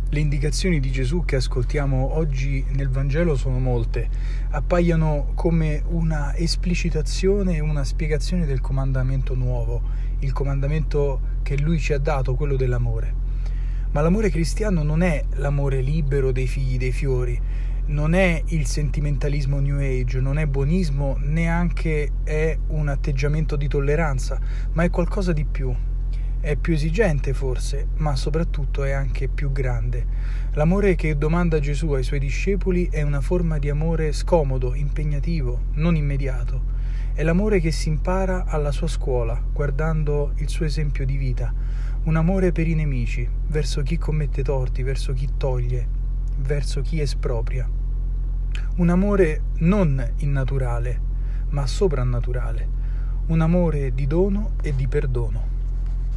Le indicazioni di Gesù che ascoltiamo oggi nel Vangelo sono molte, appaiono come una esplicitazione e una spiegazione del comandamento nuovo, il comandamento che Lui ci ha dato, quello dell'amore. Ma l'amore cristiano non è l'amore libero dei figli dei fiori, non è il sentimentalismo New Age, non è buonismo, neanche è un atteggiamento di tolleranza, ma è qualcosa di più. È più esigente forse, ma soprattutto è anche più grande. L'amore che domanda Gesù ai suoi discepoli è una forma di amore scomodo, impegnativo, non immediato. È l'amore che si impara alla sua scuola, guardando il suo esempio di vita. Un amore per i nemici, verso chi commette torti, verso chi toglie, verso chi espropria. Un amore non innaturale, ma soprannaturale. Un amore di dono e di perdono.